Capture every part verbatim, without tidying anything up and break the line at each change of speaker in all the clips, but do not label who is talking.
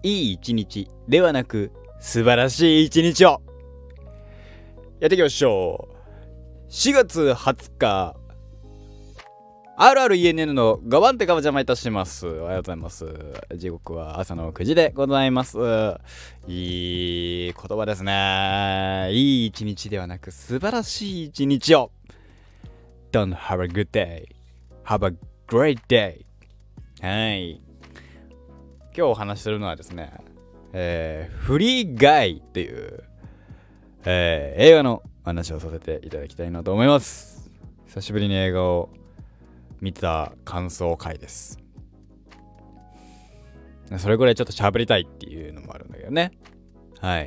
いい一日ではなく素晴らしい一日をやっていきましょう。しがつはつか アールアールイーエヌエヌ のごばん手がお邪魔いたします。おはようございます。時刻は朝のくじでございます。いい言葉ですね。いい一日ではなく素晴らしい一日を。 Don't have a good day, have a great day。 はい、今日お話しするのはですね、えー、フリーガイっていう、えー、映画の話をさせていただきたいなと思います。久しぶりに映画を見た感想会です。それぐらいちょっと喋りたいっていうのもあるんだけどね。はい。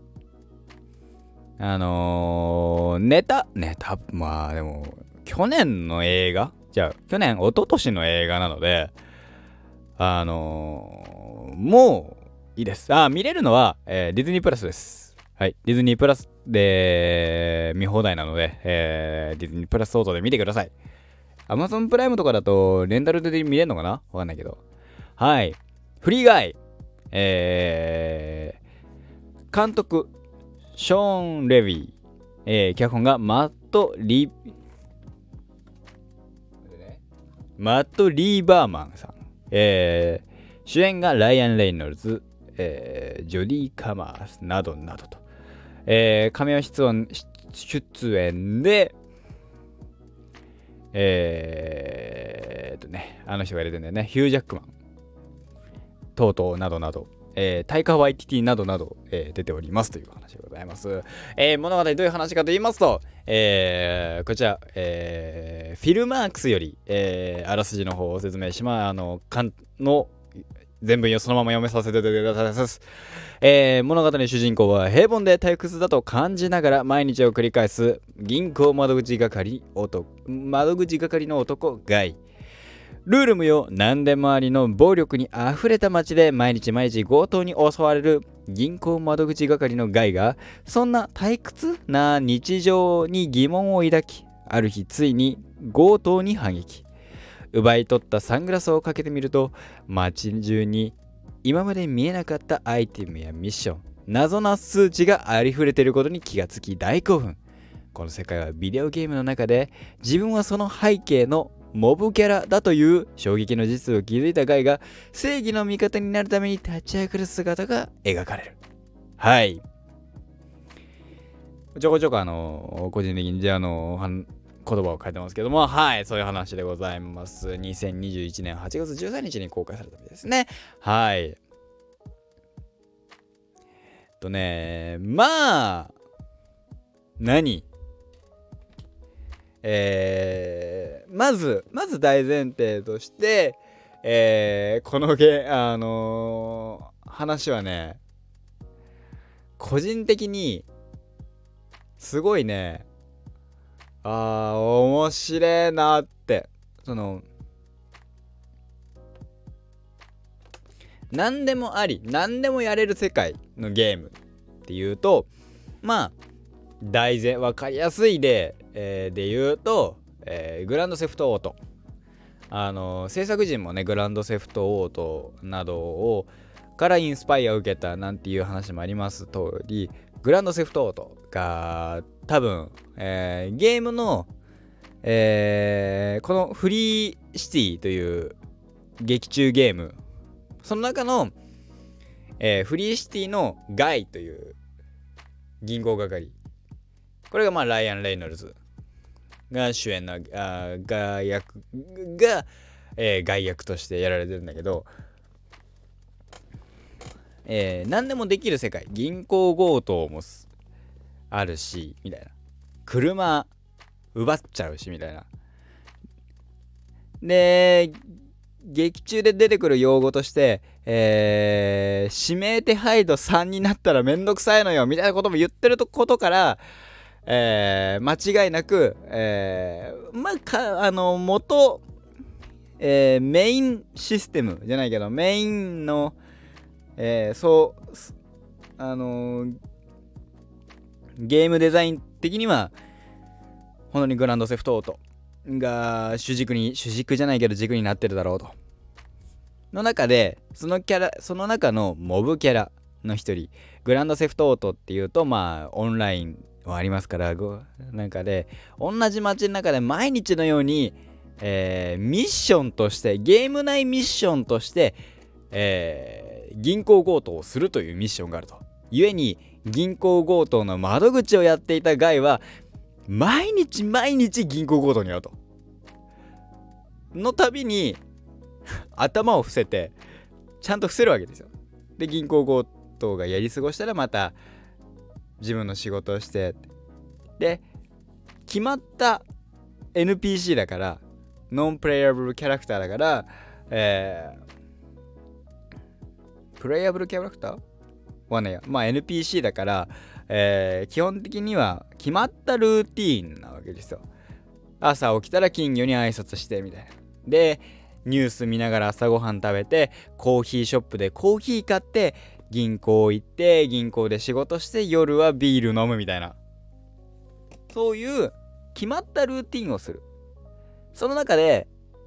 あのー、ネタネタまあでも去年の映画じゃあ去年一昨年の映画なので、あのー、もういいです。あ見れるのは、えー、ディズニープラスです。はい、ディズニープラスで見放題なので、えー、ディズニープラス相当で見てください。アマゾンプライムとかだとレンタルで見れるのかな、わかんないけど。はい、フリーガイ、えー、監督ショーン・レヴィ、えー、脚本がマット・リマット・リーバーマンさん、えー、主演がライアン・レイノルズ、えー、ジョディ・カマースなどなどと、えー、カメオ出演出演でえーっとねあの人が入れてんだよね、ヒュー・ジャックマン等々などなど、えー、タイカ・ワイティティなどなど、えー、出ておりますという話でございます。えー、物語どういう話かと言いますと、えー、こちら、えー、フィルマークスより、えー、あらすじの方を説明します。あの、かんの全文をそのまま読めさせてくださいます。えー、物語の主人公は平凡で退屈だと感じながら毎日を繰り返す銀行窓口係男窓口係の男ガイ。ルール無用何でもありの暴力にあふれた街で毎日毎日強盗に襲われる銀行窓口係のガイが、そんな退屈な日常に疑問を抱き、ある日ついに強盗に反撃。奪い取ったサングラスをかけてみると、街中に今まで見えなかったアイテムやミッション、謎な数値がありふれていることに気がつき大興奮。この世界はビデオゲームの中で、自分はその背景のモブキャラだという衝撃の事実を気づいたガイが正義の味方になるために立ち上がる姿が描かれる。はい。ちょこちょこあの個人的にあの言葉を書いてますけども、はい、そういう話でございます。にせんにじゅういちねんはちがつじゅうさんにちに公開されたみたいですね。はい。とね、まあ何えー、まずまず大前提として、えー、このゲあのー、話はね、個人的にすごいね、あー面白いなって、その何でもあり何でもやれる世界のゲームっていうと、まあ大前分かりやすい例、えー、で言うと、えー、グランドセフトオート、あのー、制作陣もねグランドセフトオートなどをからインスパイアを受けたなんていう話もあります通り、グランドセフトオートが多分、えー、ゲームの、えー、このフリーシティという劇中ゲーム、その中の、えー、フリーシティのガイという銀行係、これがまあライアン・レイノルズが主演のあガイ役が、えー、ガイ役としてやられてるんだけど、えー、何でもできる世界、銀行強盗もあるしみたいな、車奪っちゃうしみたいな。で劇中で出てくる用語として、えー、指名手配度さんになったらめんどくさいのよみたいなことも言ってることから、えー、間違いなく、えー、まあかあの元、えー、メインシステムじゃないけどメインの、えー、そうあのー、ゲームデザイン的には本当にグランドセフトオートが主軸に主軸じゃないけど軸になってるだろうとの中でそのキャラその中のモブキャラの一人、グランドセフトオートっていうとまあオンラインはありますから、なんかで同じ街の中で毎日のように、えー、ミッションとしてゲーム内ミッションとして、えー、銀行強盗をするというミッションがあると。故に銀行強盗の窓口をやっていたガイは毎日毎日銀行強盗に遭うと。のたびに頭を伏せてちゃんと伏せるわけですよ。で銀行強盗がやり過ごしたらまた自分の仕事をして、で決まった エヌピーシー だから、ノンプレイヤブルキャラクターだから、えー、プレイヤブルキャラクターはね、まあ エヌピーシー だから、えー、基本的には決まったルーティーンなわけですよ。朝起きたら金魚に挨拶してみたいな。でニュース見ながら朝ごはん食べて、コーヒーショップでコーヒー買って、銀行行って銀行で仕事して、夜はビール飲むみたいな、そういう決まったルーティンをする。その中で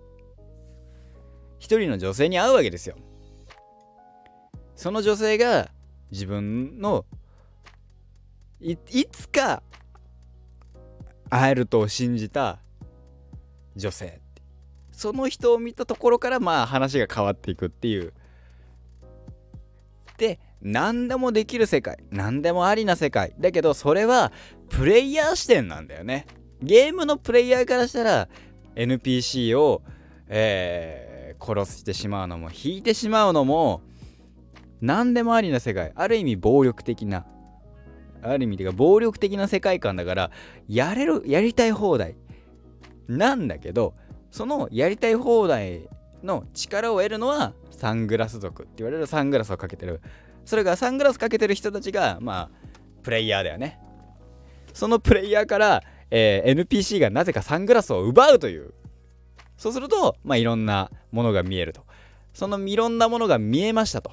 一人の女性に会うわけですよ。その女性が自分の い, いつか会えると信じた女性、その人を見たところからまあ話が変わっていくっていう。で何でもできる世界、何でもありな世界だけど、それはプレイヤー視点なんだよね。ゲームのプレイヤーからしたら エヌピーシー を、えー、殺してしまうのも引いてしまうのも何でもありな世界、ある意味暴力的な、ある意味てか暴力的な世界観だから、やれるやりたい放題なんだけど、そのやりたい放題の力を得るのはサングラス族って言われる、サングラスをかけてる、それがサングラスかけてる人たちがまあプレイヤーだよね。そのプレイヤーから、えー、エヌピーシー がなぜかサングラスを奪うという。そうするとまあいろんなものが見えると。そのいろんなものが見えましたと。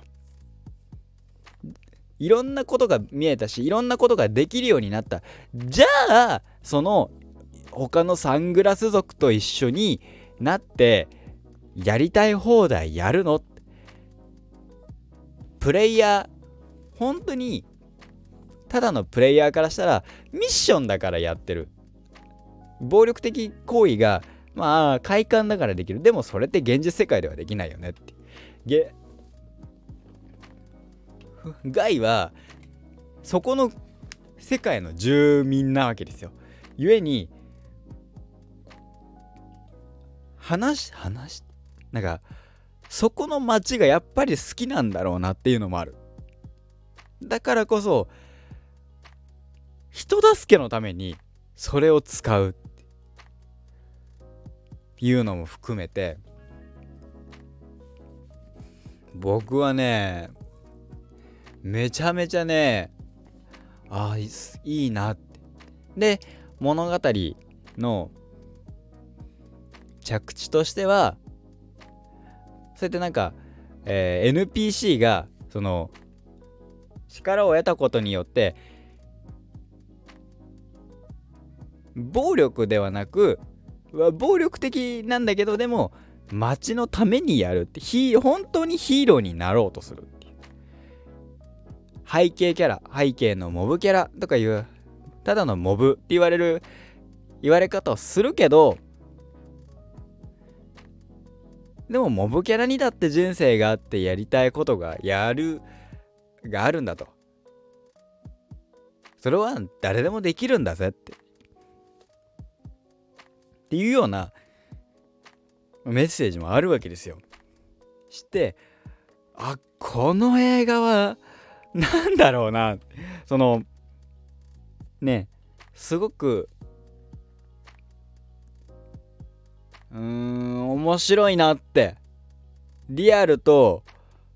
いろんなことが見えたし、いろんなことができるようになった。じゃあその他のサングラス族と一緒になってやりたい放題やるの？プレイヤー、本当にただのプレイヤーからしたらミッションだからやってる。暴力的行為がまあ快感だからできる。でもそれって現実世界ではできないよねって。ゲガイはそこの世界の住民なわけですよ。故に話話なんかそこの街がやっぱり好きなんだろうなっていうのもある。だからこそ人助けのためにそれを使うっていうのも含めて、僕はねめちゃめちゃねああいいなって。で物語の着地としてはそうやってなんか、えー、エヌピーシー がその力を得たことによって暴力ではなく、暴力的なんだけどでも街のためにやるって、ヒー本当にヒーローになろうとするっていう。背景キャラ、背景のモブキャラとかいうただのモブって言われる言われ方をするけど、でもモブキャラにだって人生があってやりたいことがやるがあるんだと。それは誰でもできるんだぜってっていうようなメッセージもあるわけですよ。して、あ、この映画はなんだろうな、そのね、すごくうーん面白いなって。リアルと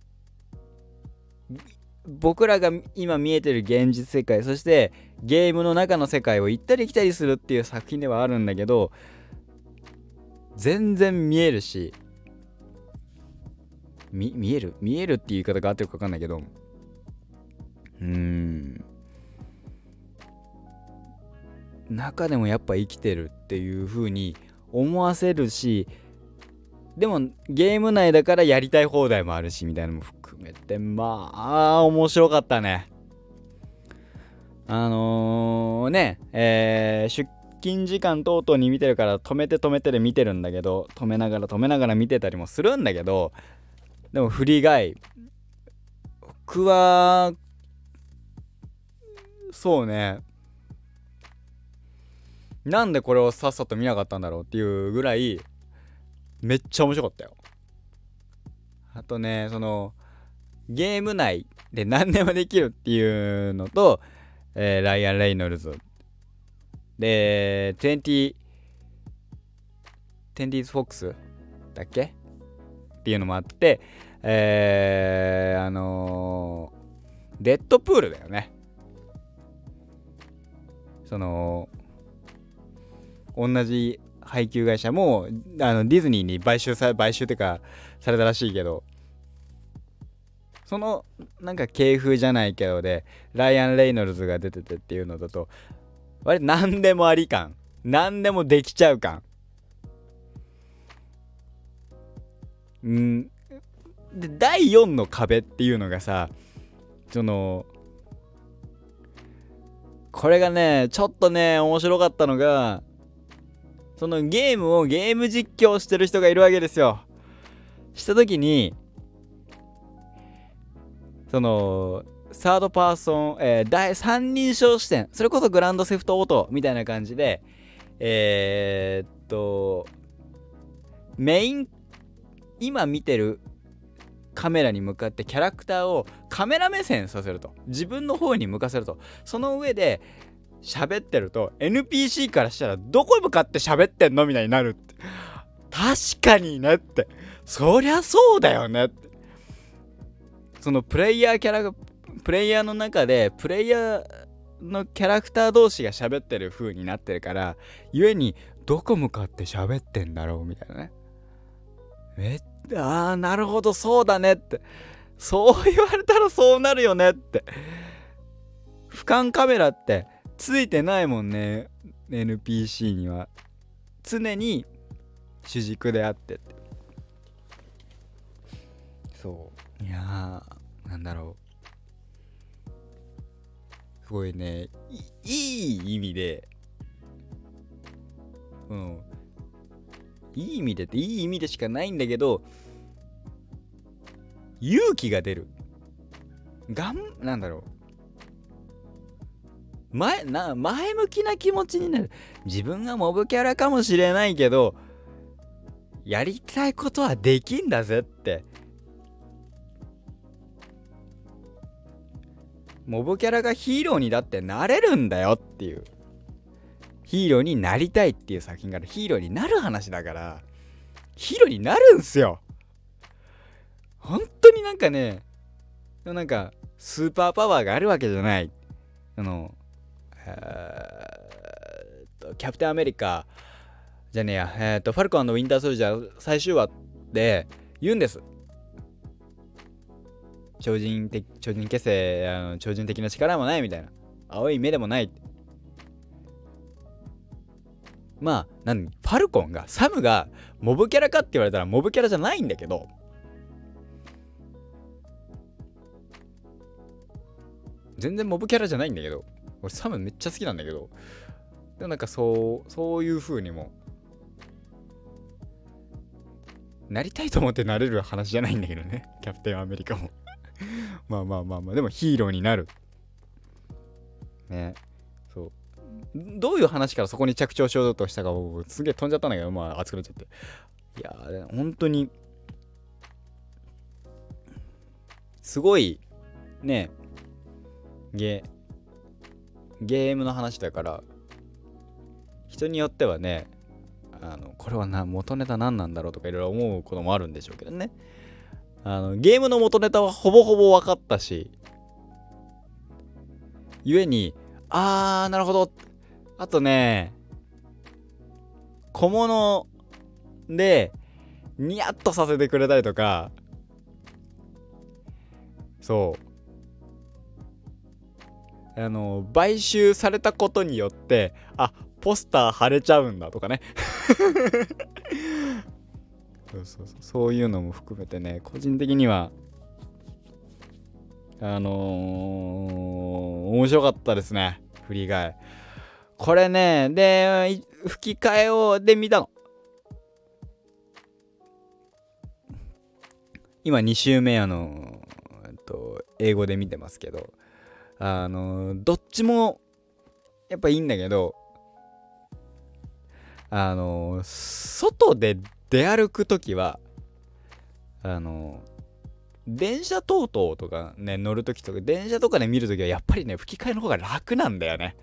僕らが今見えてる現実世界、そしてゲームの中の世界を行ったり来たりするっていう作品ではあるんだけど、全然見えるし、み見える見えるっていう言い方が合ってるか分かんないけど、うーん中でもやっぱ生きてるっていう風に思わせるし、 でもゲーム内だからやりたい放題もあるしみたいなのも含めて、まあ面白かったね。あのー、ねえー、出勤時間等々に見てるから止めて止めてで見てるんだけど、止めながら止めながら見てたりもするんだけど、でも振り返り僕はそうね、なんでこれをさっさと見なかったんだろうっていうぐらいめっちゃ面白かったよ。あとね、そのゲーム内で何でもできるっていうのと、えー、ライアン・レイノルズでにじゅう、にじゅう フォックスだっけっていうのもあって、えー、あのー、デッドプールだよね。その同じ配給会社もあのディズニーに買収さ買収ってかされたらしいけど、そのなんか系風じゃないけどでライアン・レイノルズが出ててっていうのだと割と何でもあり感、何でもできちゃう感、んでだいよんの壁っていうのがさ、そのこれがねちょっとね面白かったのが、そのゲームをゲーム実況してる人がいるわけですよ。した時にそのサードパーソン、えー、第三人称視点、それこそグランドセフトオートみたいな感じで、えー、っとメイン今見てるカメラに向かってキャラクターをカメラ目線させると、自分の方に向かせると、その上で喋ってると エヌピーシー からしたらどこに向かって喋ってんのみたいになるって。確かにねって、そりゃそうだよねって。そのプレイヤーキャラプレイヤーの中でプレイヤーのキャラクター同士が喋ってる風になってるから、ゆえにどこ向かって喋ってんだろうみたいなね。めっあーなるほどそうだねって、そう言われたらそうなるよねって。俯瞰カメラってついてないもんね、 エヌピーシー には。常に主軸であってって。そういやーなんだろう、すごいね、い, いい意味でうんいい意味でっていい意味でしかないんだけど、勇気が出る、がんなんだろう、前な前向きな気持ちになる。自分がモブキャラかもしれないけどやりたいことはできんだぜって、モブキャラがヒーローにだってなれるんだよっていう、ヒーローになりたいっていう作品からヒーローになる話だから、ヒーローになるんすよ。本当になんかね、なんかスーパーパワーがあるわけじゃない。あのえー、っとキャプテンアメリカじゃねえや、えー、っとファルコン&ウィンターソルジャー最終話で言うんです。超人的超人結成、あの超人的な力もないみたいな、青い目でもない。まあなんファルコンがサムがモブキャラかって言われたらモブキャラじゃないんだけど、全然モブキャラじゃないんだけど、俺サムめっちゃ好きなんだけど、でもなんかそうそういう風にもなりたいと思ってなれる話じゃないんだけどね、キャプテンアメリカもまあまあまあまあ、でもヒーローになるね。そうどういう話からそこに着地しようとしたかをすげえ飛んじゃったんだけど、まあ熱くなっちゃって、いやー本当にすごいね、ゲゲームの話だから人によってはね、あのこれはな元ネタ何なんだろうとかいろいろ思うこともあるんでしょうけどね。あのゲームの元ネタはほぼほぼ分かったし、ゆえにあーなるほど、あとね小物でニヤッとさせてくれたりとか、そうあの買収されたことによってあポスター貼れちゃうんだとかねそうそうそう、そういうのも含めてね、個人的にはあのー、面白かったですね、フリーガイ。これね、で吹き替えをで見たの。今に週目、あのー、えっと英語で見てますけど、あのー、どっちもやっぱいいんだけど、あのー、外で出歩くときはあのー、電車等々とかね乗るときとか電車とかで見るときはやっぱりね吹き替えの方が楽なんだよね。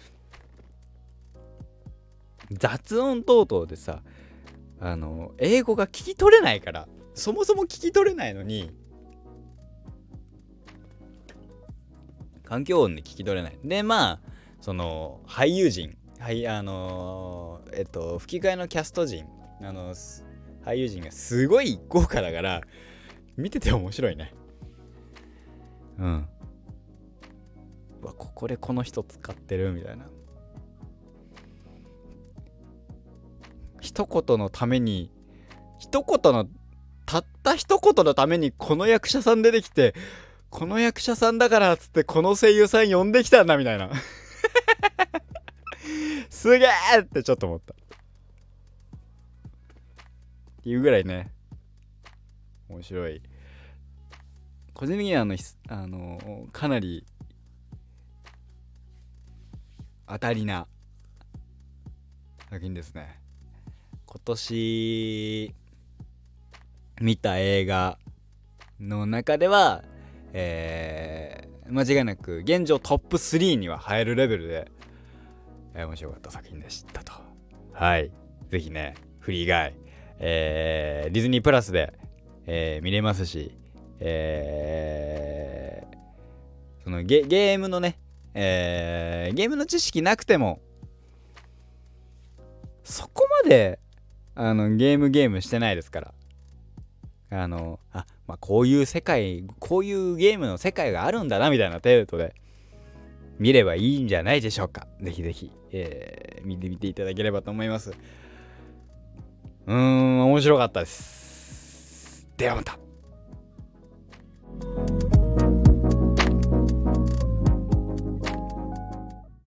雑音等々でさ、あのー、英語が聞き取れないから、そもそも聞き取れないのに環境音で聞き取れない。でまあその俳優陣、はいあのー、えっと吹き替えのキャスト陣、あの俳優陣がすごい豪華だから見てて面白いね。うん。うわ、ここでこの人使ってるみたいな。一言のために一言のたった一言のためにこの役者さん出てきて、この役者さんだからっつってこの声優さん呼んできたんだみたいなすげえってちょっと思ったっていうぐらいね、面白い。個人的にはあの、あのかなり当たりな作品ですね。今年見た映画の中では、えー、間違いなく現状トップスリーには入るレベルで、えー、面白かった作品でしたと。はい、ぜひねフリーガイ、えー、ディズニープラスで、えー、見れますし、えー、その ゲ, ゲームのね、えー、ゲームの知識なくてもそこまであのゲームゲームしてないですから、あのあ、まあ、こういう世界、こういうゲームの世界があるんだなみたいな程度で見ればいいんじゃないでしょうか。ぜひぜひ、えー、見てみていただければと思います。うーん面白かったです。ではまた。